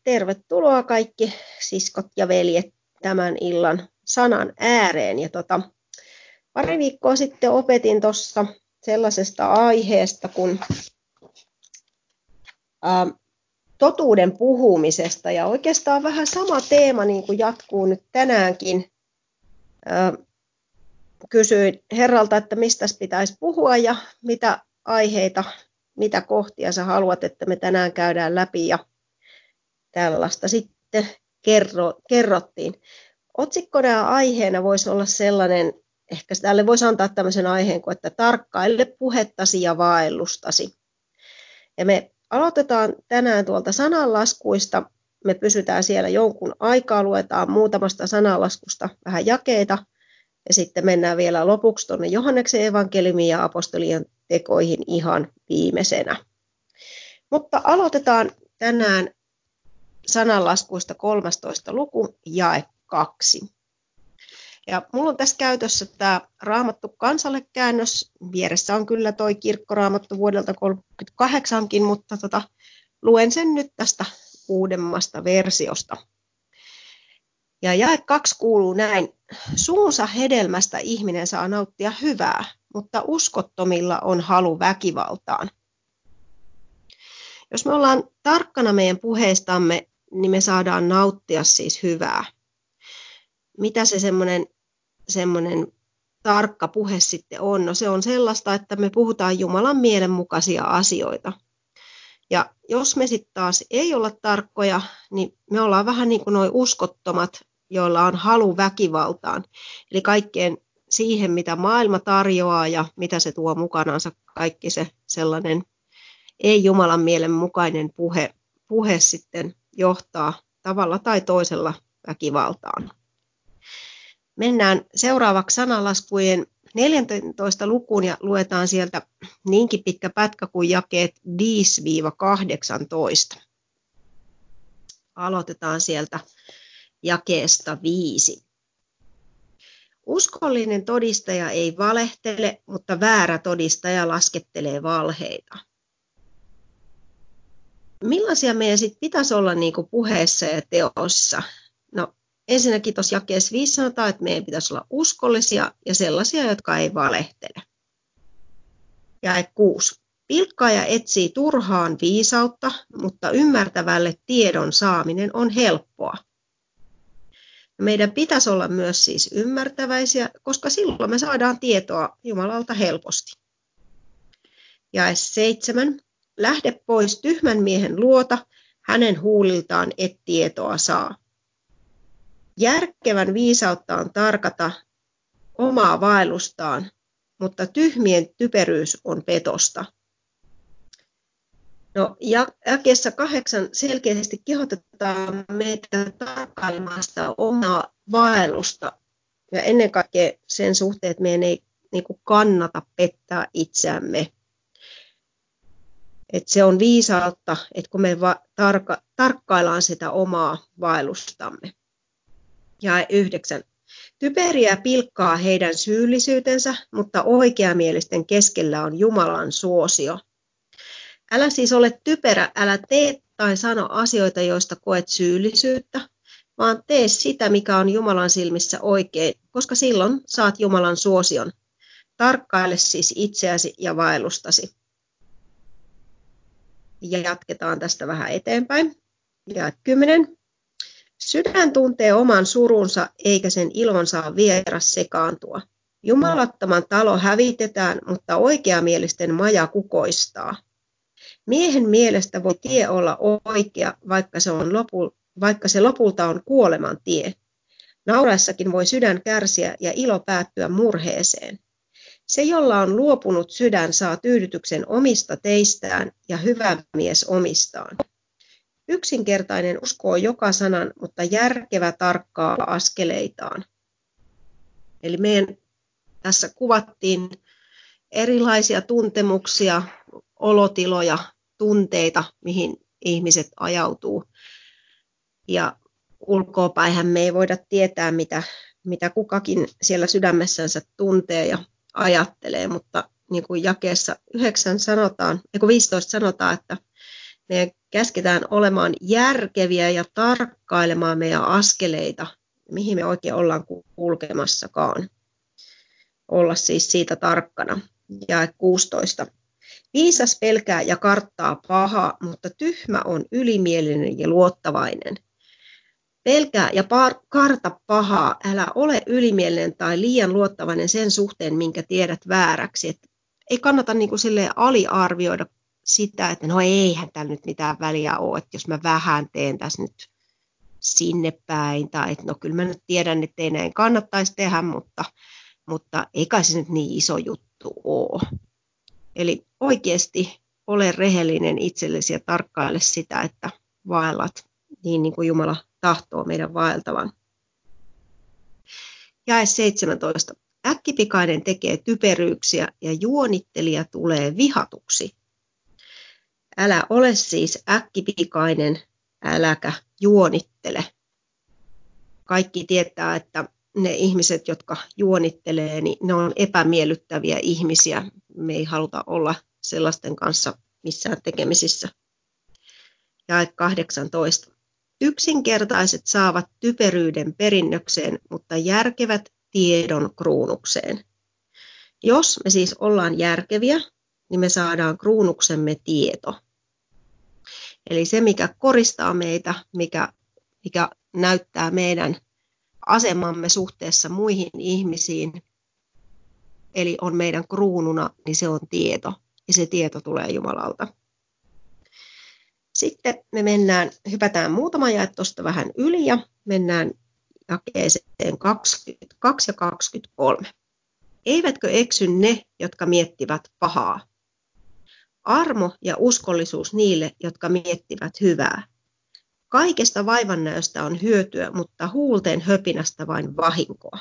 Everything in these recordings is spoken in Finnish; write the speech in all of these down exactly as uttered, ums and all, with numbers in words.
tervetuloa kaikki siskot ja veljet tämän illan sanan ääreen. Ja tota, pari viikkoa sitten opetin tuossa sellaisesta aiheesta kuin ä, totuuden puhumisesta. Ja oikeastaan vähän sama teema niin kuin jatkuu nyt tänäänkin. Ä, kysyin herralta, että mistä pitäisi puhua ja mitä aiheita, mitä kohtia sä haluat, että me tänään käydään läpi. Ja tällaista sitten kerro, kerrottiin. Otsikkona ja aiheena voisi olla sellainen, ehkä tälle voisi antaa tämmöisen aiheen kuin, että tarkkaile puhettasi ja vaellustasi. Ja me aloitetaan tänään tuolta sananlaskuista. Me pysytään siellä jonkun aikaa, luetaan muutamasta sananlaskusta vähän jakeita. Ja sitten mennään vielä lopuksi tuonne Johanneksen evankeliumiin ja apostolien tekoihin ihan viimeisenä. Mutta aloitetaan tänään sananlaskuista kolmastoista luku, jae kaksi. Ja mulla on tässä käytössä tämä Raamattu kansalle käännös. Vieressä on kyllä toi kirkkoraamattu vuodelta kolmekymmentäkahdeksankin, mutta tota, luen sen nyt tästä uudemmasta versiosta. Ja jae kaksi kuuluu näin. Suunsa hedelmästä ihminen saa nauttia hyvää, mutta uskottomilla on halu väkivaltaan. Jos me ollaan tarkkana meidän puheistamme, niin me saadaan nauttia siis hyvää. Mitä se semmoinen, semmoinen tarkka puhe sitten on? No se on sellaista, että me puhutaan Jumalan mielenmukaisia asioita. Ja jos me sitten taas ei olla tarkkoja, niin me ollaan vähän niin kuin nuo uskottomat, joilla on halu väkivaltaan. Eli kaikkeen siihen, mitä maailma tarjoaa ja mitä se tuo mukanansa, kaikki se sellainen ei Jumalan mielen mukainen puhe, puhe sitten johtaa tavalla tai toisella väkivaltaan. Mennään seuraavaksi sananlaskujen neljäntoista lukuun ja luetaan sieltä niinkin pitkä pätkä kuin jakeet viisi kahdeksantoista. Aloitetaan sieltä jakeesta viisi. Uskollinen todistaja ei valehtele, mutta väärä todistaja laskettelee valheita. Millaisia meidän sitten pitäisi olla niin kuin puheessa ja teossa? No ensinnäkin tuossa jakeessa viisi sanotaan, että meidän pitäisi olla uskollisia ja sellaisia, jotka ei valehtele. Jae kuusi. Pilkkaaja etsii turhaan viisautta, mutta ymmärtävälle tiedon saaminen on helppoa. Meidän pitäisi olla myös siis ymmärtäväisiä, koska silloin me saadaan tietoa Jumalalta helposti. Jae seitsemän. Lähde pois tyhmän miehen luota, hänen huuliltaan et tietoa saa. Järkevän viisautta on tarkata omaa vaellustaan, mutta tyhmien typeryys on petosta. No, jakeessa kahdeksan selkeästi kehotetaan meitä tarkkailemaan sitä omaa vaellusta ja ennen kaikkea sen suhteen, että meidän ei niin kuin kannata pettää itseämme. Että se on viisautta, että kun me va- tarka- tarkkaillaan sitä omaa vaellustamme. Jae yhdeksän. Typeriä pilkkaa heidän syyllisyytensä, mutta oikeamielisten keskellä on Jumalan suosio. Älä siis ole typerä, älä tee tai sano asioita, joista koet syyllisyyttä, vaan tee sitä, mikä on Jumalan silmissä oikein, koska silloin saat Jumalan suosion. Tarkkaile siis itseäsi ja vaellustasi. Ja jatketaan tästä vähän eteenpäin. Ja kymmenen. Sydän tuntee oman surunsa, eikä sen ilon saa vieras sekaantua. Jumalattoman talo hävitetään, mutta oikeamielisten maja kukoistaa. Miehen mielestä voi tie olla oikea, vaikka se, on lopu, vaikka se lopulta on kuoleman tie. Nauraessakin voi sydän kärsiä ja ilo päättyä murheeseen. Se, jolla on luopunut sydän, saa tyydytyksen omista teistään ja hyvä mies omistaan. Yksinkertainen uskoo joka sanan, mutta järkevä tarkkaa askeleitaan. Eli meidän tässä kuvattiin erilaisia tuntemuksia, olotiloja, tunteita, mihin ihmiset ajautuu. Ja ulkoapäinhän me ei voida tietää, mitä, mitä kukakin siellä sydämessänsä tuntee ja ajattelee, mutta niin kuin jakeessa yhdeksän sanotaan, eikö viisitoista sanotaan, että Me käsketään olemaan järkeviä ja tarkkailemaan meidän askeleita, mihin me oikein ollaan kulkemassakaan. Olla siis siitä tarkkana. Jae kuusitoista. Viisas pelkää ja karttaa pahaa, mutta tyhmä on ylimielinen ja luottavainen. Pelkää ja karta pahaa, älä ole ylimielinen tai liian luottavainen sen suhteen, minkä tiedät vääräksi. Et ei kannata niin kuin silleen aliarvioida sitä, että no eihän täällä nyt mitään väliä ole, että jos mä vähän teen tässä nyt sinne päin, tai että no kyllä mä nyt tiedän, että ei näin kannattaisi tehdä, mutta, mutta ei kai se nyt niin iso juttu ole. Eli oikeasti ole rehellinen itsellesi ja tarkkaile sitä, että vaellat niin, niin kuin Jumala tahtoo meidän vaeltavan. Jae seitsemäntoista. Äkkipikainen tekee typeryyksiä ja juonittelija tulee vihatuksi. Älä ole siis äkkipikainen, äläkä juonittele. Kaikki tietää, että ne ihmiset, jotka juonittelee, niin ne on epämiellyttäviä ihmisiä. Me ei haluta olla sellaisten kanssa missään tekemisissä. Jae kahdeksantoista. Yksinkertaiset saavat typeryyden perinnökseen, mutta järkevät tiedon kruunukseen. Jos me siis ollaan järkeviä, niin me saadaan kruunuksemme tieto. Eli se, mikä koristaa meitä, mikä, mikä näyttää meidän asemamme suhteessa muihin ihmisiin, eli on meidän kruununa, niin se on tieto. Ja se tieto tulee Jumalalta. Sitten me mennään, hypätään muutama jae tuosta vähän yli ja mennään jakeeseen kaksikymmentäkaksi ja kaksikymmentäkolme. Eivätkö eksy ne, jotka miettivät pahaa? Armo ja uskollisuus niille, jotka miettivät hyvää. Kaikesta vaivannäöstä on hyötyä, mutta huulten höpinästä vain vahinkoa.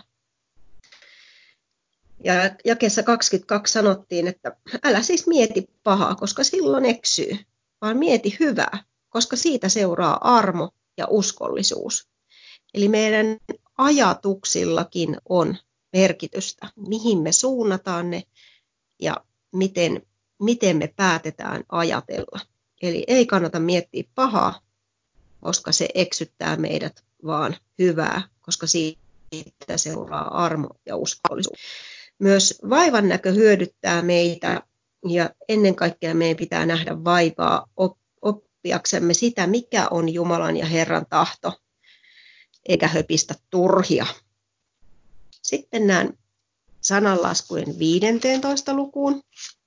Ja jakeessa kaksikymmentäkaksi sanottiin, että älä siis mieti pahaa, koska silloin eksyy, vaan mieti hyvää, koska siitä seuraa armo ja uskollisuus. Eli meidän ajatuksillakin on merkitystä, mihin me suunnataan ne ja miten, miten me päätetään ajatella. Eli ei kannata miettiä pahaa, koska se eksyttää meidät, vaan hyvää, koska siitä seuraa armo ja uskollisuus. Myös vaivan näkö hyödyttää meitä ja ennen kaikkea meidän pitää nähdä vaivaa oppiaksemme sitä, mikä on Jumalan ja Herran tahto, eikä höpistä turhia. Sitten näen sananlaskujen viisitoista lukuun.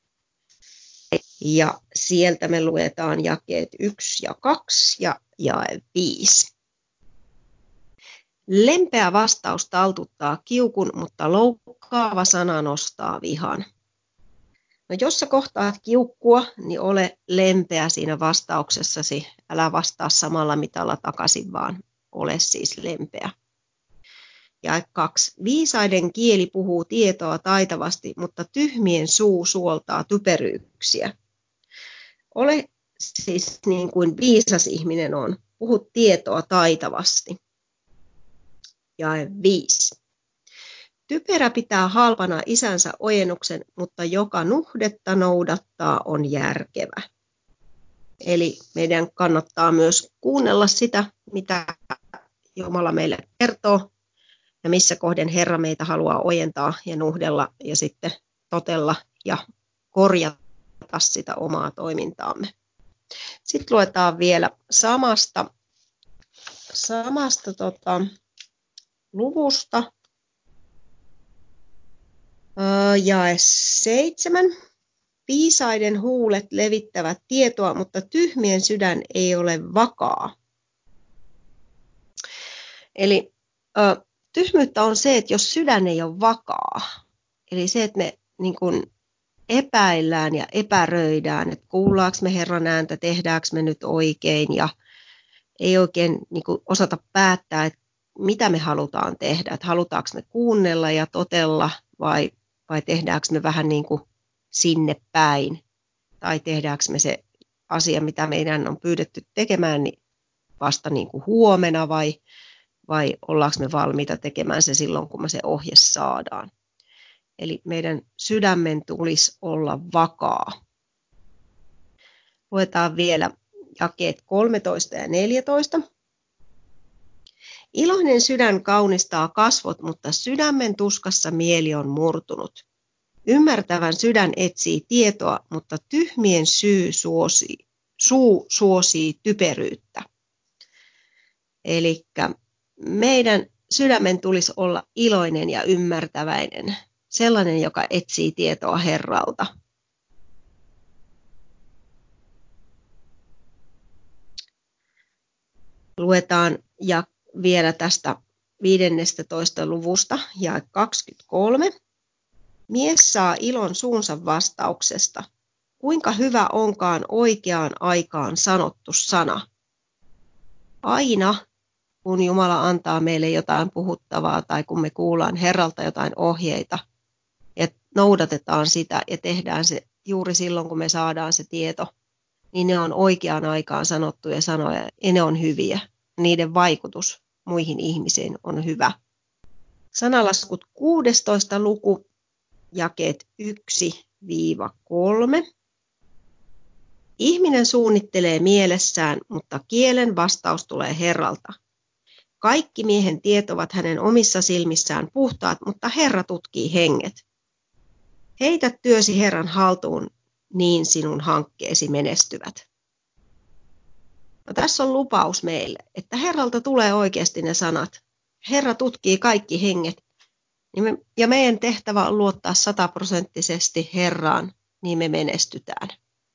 Ja sieltä me luetaan jakeet yksi ja kaksi ja jae viisi. Lempeä vastaus taltuttaa kiukun, mutta loukkaava sana nostaa vihan. No jos sä kohtaat kiukkua, niin ole lempeä siinä vastauksessasi. Älä vastaa samalla mitalla takaisin, vaan ole siis lempeä. Jae kaksi. Viisaiden kieli puhuu tietoa taitavasti, mutta tyhmien suu suoltaa typeryyksiä. Ole siis niin kuin viisas ihminen on. Puhu tietoa taitavasti. Jae viisi. Typerä pitää halpana isänsä ojennuksen, mutta joka nuhdetta noudattaa on järkevä. Eli meidän kannattaa myös kuunnella sitä, mitä Jumala meille kertoo ja missä kohden Herra meitä haluaa ojentaa ja nuhdella ja sitten totella ja korjata sitä omaa toimintaamme. Sitten luetaan vielä samasta, samasta tota, luvusta. Jae seitsemän. Viisaiden huulet levittävät tietoa, mutta tyhmien sydän ei ole vakaa. Eli ö, tyhmyyttä on se, että jos sydän ei ole vakaa, eli se, että me niin kuin epäillään ja epäröidään, että kuullaanko me Herran ääntä, tehdäänkö me nyt oikein ja ei oikein niin kuin osata päättää, että mitä me halutaan tehdä, että halutaanko me kuunnella ja totella vai, vai tehdäänkö me vähän niin kuin sinne päin tai tehdäänkö me se asia, mitä meidän on pyydetty tekemään, niin vasta niin kuin huomenna vai, vai ollaanko me valmiita tekemään se silloin, kun me se ohje saadaan. Eli meidän sydämen tulisi olla vakaa. Luetaan vielä jakeet kolmetoista ja neljätoista. Iloinen sydän kaunistaa kasvot, mutta sydämen tuskassa mieli on murtunut. Ymmärtävän sydän etsii tietoa, mutta tyhmien syy suosii, suu suosii typeryyttä. Eli meidän sydämen tulisi olla iloinen ja ymmärtäväinen, sellainen, joka etsii tietoa Herralta. Luetaan ja vielä tästä viidennestätoista luvusta ja kaksikymmentäkolme. Mies saa ilon suunsa vastauksesta. Kuinka hyvä onkaan oikeaan aikaan sanottu sana. Aina, kun Jumala antaa meille jotain puhuttavaa tai kun me kuullaan Herralta jotain ohjeita ja noudatetaan sitä ja tehdään se juuri silloin, kun me saadaan se tieto, niin ne on oikeaan aikaan sanottuja sanoja ja ne on hyviä. Niiden vaikutus muihin ihmisiin on hyvä. Sanalaskut kuusitoista luku, jakeet yksi kolme. Ihminen suunnittelee mielessään, mutta kielen vastaus tulee Herralta. Kaikki miehen tiet ovat hänen omissa silmissään puhtaat, mutta Herra tutkii henget. Heitä työsi Herran haltuun, niin sinun hankkeesi menestyvät. No, tässä on lupaus meille, että Herralta tulee oikeasti ne sanat. Herra tutkii kaikki henget. Ja meidän tehtävä on luottaa sataprosenttisesti Herraan, niin me menestytään.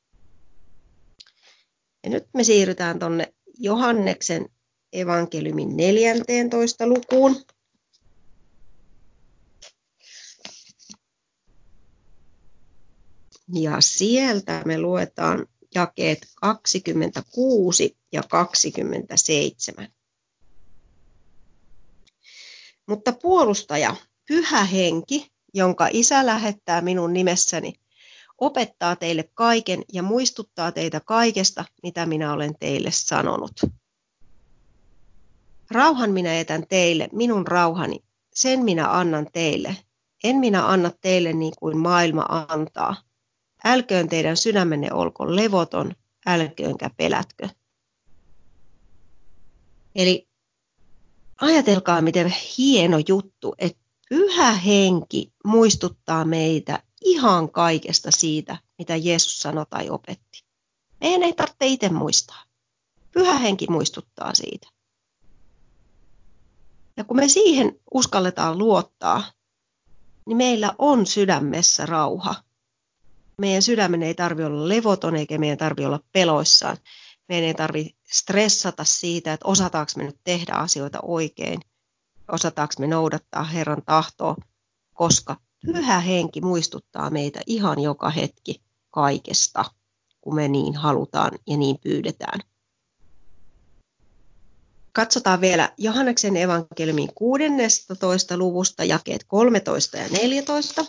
Ja nyt me siirrytään tuonne Johanneksen evankeliumin neljänteentoista lukuun. Ja sieltä me luetaan jakeet kaksikymmentäkuusi ja kaksikymmentäseitsemän. Mutta puolustaja, Pyhä Henki, jonka Isä lähettää minun nimessäni, opettaa teille kaiken ja muistuttaa teitä kaikesta, mitä minä olen teille sanonut. Rauhan minä etän teille, minun rauhani, sen minä annan teille. En minä anna teille niin kuin maailma antaa. Älköön teidän sydämenne olko levoton, älköönkä pelätkö. Eli ajatelkaa, miten hieno juttu, että Pyhä Henki muistuttaa meitä ihan kaikesta siitä, mitä Jeesus sanoi tai opetti. Meidän ei tarvitse itse muistaa. Pyhä Henki muistuttaa siitä. Ja kun me siihen uskalletaan luottaa, niin meillä on sydämessä rauha. Meidän sydämen ei tarvitse olla levoton eikä meidän tarvitse olla peloissaan. Meidän ei tarvitse stressata siitä, että osataanko me nyt tehdä asioita oikein. Osataanko me noudattaa Herran tahtoa, koska Pyhä Henki muistuttaa meitä ihan joka hetki kaikesta, kun me niin halutaan ja niin pyydetään. Katsotaan vielä Johanneksen evankeliumin kuudennestatoista luvusta jakeet kolmetoista ja neljätoista.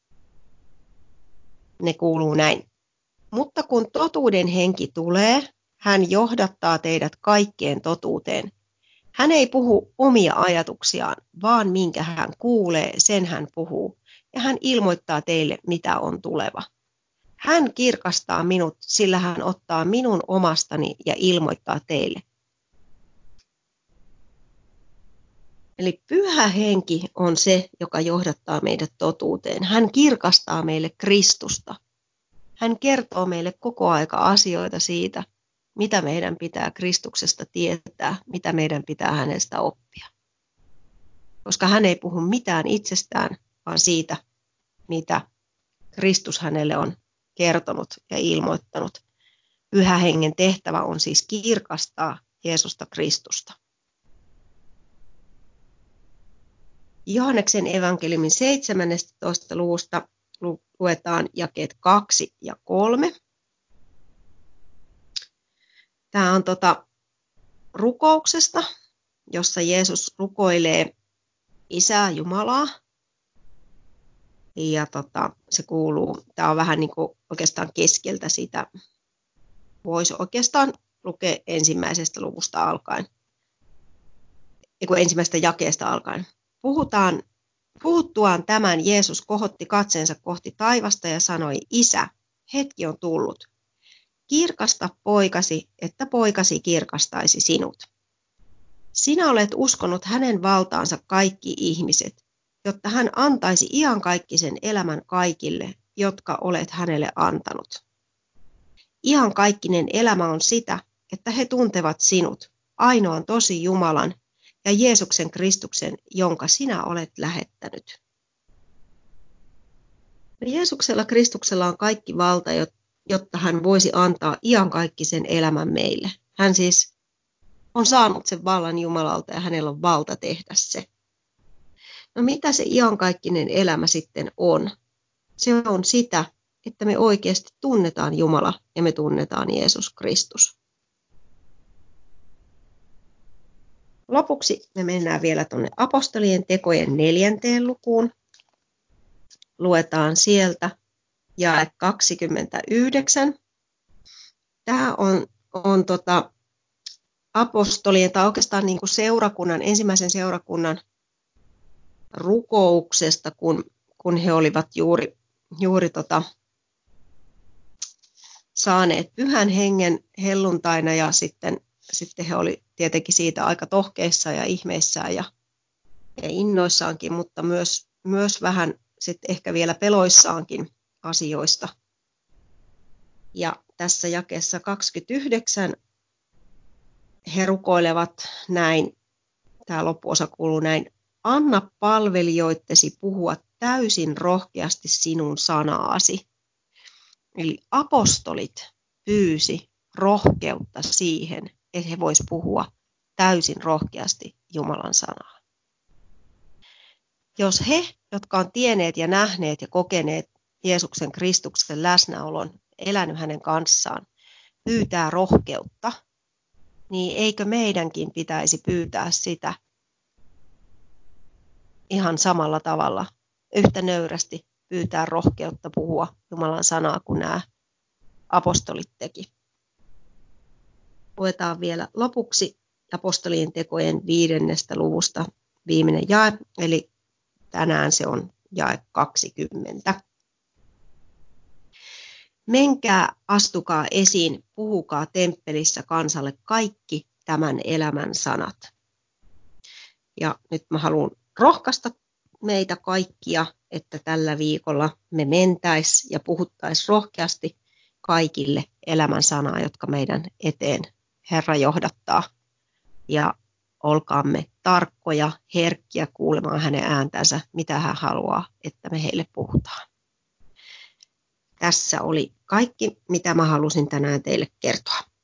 Ne kuuluu näin. Mutta kun totuuden henki tulee, hän johdattaa teidät kaikkeen totuuteen. Hän ei puhu omia ajatuksiaan, vaan minkä hän kuulee, sen hän puhuu. Ja hän ilmoittaa teille, mitä on tuleva. Hän kirkastaa minut, sillä hän ottaa minun omastani ja ilmoittaa teille. Eli Pyhä Henki on se, joka johdattaa meidät totuuteen. Hän kirkastaa meille Kristusta. Hän kertoo meille koko aika asioita siitä, mitä meidän pitää Kristuksesta tietää, mitä meidän pitää hänestä oppia. Koska hän ei puhu mitään itsestään, vaan siitä, mitä Kristus hänelle on kertonut ja ilmoittanut. Pyhä Hengen tehtävä on siis kirkastaa Jeesusta Kristusta. Johanneksen evankeliumin seitsemännestätoista luvusta luetaan jakeet kaksi ja kolme. Tämä on tota rukouksesta, jossa Jeesus rukoilee Isää Jumalaa. Ja tota, se kuuluu, tämä on vähän niin kuin oikeastaan keskeltä sitä, voisi oikeastaan lukea ensimmäisestä luvusta alkaen, ensimmäisestä jakeesta alkaen. Puhutaan, puhuttuaan tämän Jeesus kohotti katseensa kohti taivasta ja sanoi, Isä, hetki on tullut. kirkasta poikasi, että poikasi kirkastaisi sinut. Sinä olet uskonut hänen valtaansa kaikki ihmiset, jotta hän antaisi iankaikkisen elämän kaikille, jotka olet hänelle antanut. Iankaikkinen elämä on sitä, että he tuntevat sinut, ainoan tosi Jumalan ja Jeesuksen Kristuksen, jonka sinä olet lähettänyt. Jeesuksella Kristuksella on kaikki valta, jotta hän voisi antaa iankaikkisen elämän meille. Hän siis on saanut sen vallan Jumalalta ja hänellä on valta tehdä se. No mitä se iankaikkinen elämä sitten on? Se on sitä, että me oikeasti tunnetaan Jumala ja me tunnetaan Jeesus Kristus. Lopuksi me mennään vielä tuonne apostolien tekojen neljänteen lukuun. Luetaan sieltä jae kaksikymmentäyhdeksän. Tämä on, on tota apostolien tai oikeastaan niin kuin seurakunnan, ensimmäisen seurakunnan rukouksesta, kun, kun he olivat juuri, juuri tota, saaneet pyhän hengen helluntaina ja sitten, sitten he oli tietenkin siitä aika tohkeissaan ja ihmeissään ja, ja innoissaankin, mutta myös, myös vähän sitten ehkä vielä peloissaankin asioista. Ja tässä jakeessa kaksikymmentäyhdeksän he rukoilevat näin, tämä loppuosa kuuluu näin: anna palvelijoittesi puhua täysin rohkeasti sinun sanaasi. Eli apostolit pyysi rohkeutta siihen, että he vois puhua täysin rohkeasti Jumalan sanaa. Jos he, jotka on tienneet ja nähneet ja kokeneet Jeesuksen Kristuksen läsnäolon, elänyt hänen kanssaan, pyytää rohkeutta, niin eikö meidänkin pitäisi pyytää sitä ihan samalla tavalla, yhtä nöyrästi pyytää rohkeutta puhua Jumalan sanaa kuin nämä apostolit teki. Luetaan vielä lopuksi apostolien tekojen viidennestä luvusta viimeinen jae, eli tänään se on jae kaksikymmentä. Menkää, astukaa esiin, puhukaa temppelissä kansalle kaikki tämän elämän sanat. Ja nyt mä haluan rohkaista meitä kaikkia, että tällä viikolla me mentäis ja puhuttais rohkeasti kaikille elämän sanaa, jotka meidän eteen Herra johdattaa. Ja olkaamme tarkkoja, herkkiä kuulemaan hänen ääntänsä, mitä hän haluaa, että me heille puhutaan. Tässä oli kaikki, mitä mä halusin tänään teille kertoa.